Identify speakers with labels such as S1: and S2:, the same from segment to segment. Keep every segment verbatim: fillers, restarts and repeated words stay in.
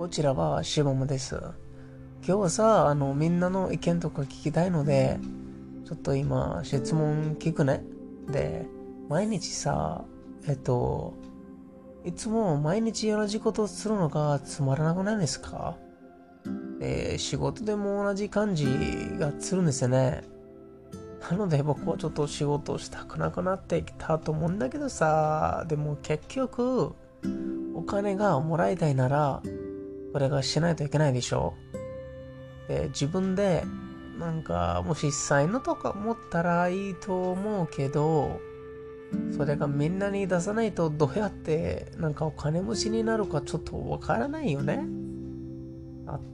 S1: こちらはシボムです。今日はさ、あの、みんなの意見とか聞きたいので、ちょっと今、質問聞くね。で、毎日さ、えっと、いつも毎日同じことをするのがつまらなくないですか？で、仕事でも同じ感じがするんですよね。なので僕はちょっと仕事をしたくなくなってきたと思うんだけどさ、でも結局、お金がもらいたいなら、これがしないといけないでしょ。で、自分で、なんか、もし才能とか持ったらいいと思うけど、それがみんなに出さないとどうやってなんかお金持ちになるかちょっとわからないよね。だって、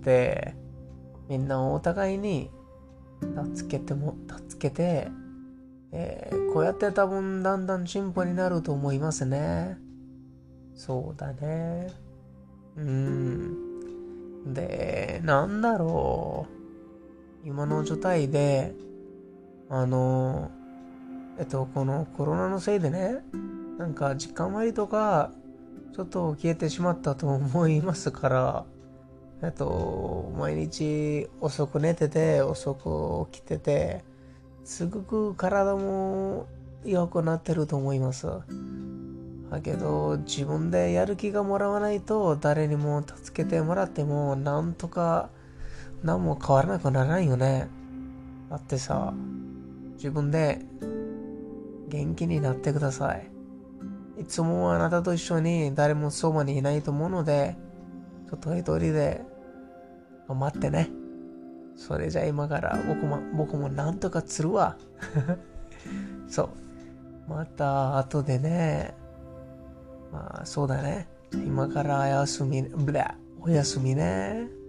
S1: みんなお互いに助けても、助けて、えーこうやって多分だんだん進歩になると思いますね。そうだね。うん。で、なんだろう。今の状態で、あの、えっと、このコロナのせいでね、なんか時間割とか、ちょっと消えてしまったと思いますから、えっと、毎日遅く寝てて、遅く起きてて、すごく体も良くなってると思います。だけど、自分でやる気がもらわないと、誰にも助けてもらっても、なんとか、何も変わらなくならないよね。だってさ、自分で元気になってください。いつもあなたと一緒に誰もそばにいないと思うので、ちょっと一人で頑張ってね。それじゃあ今から僕も、僕もなんとかするわ。そう。また後でね。まあそうだね。今からおやすみ、ブラ、おやすみね。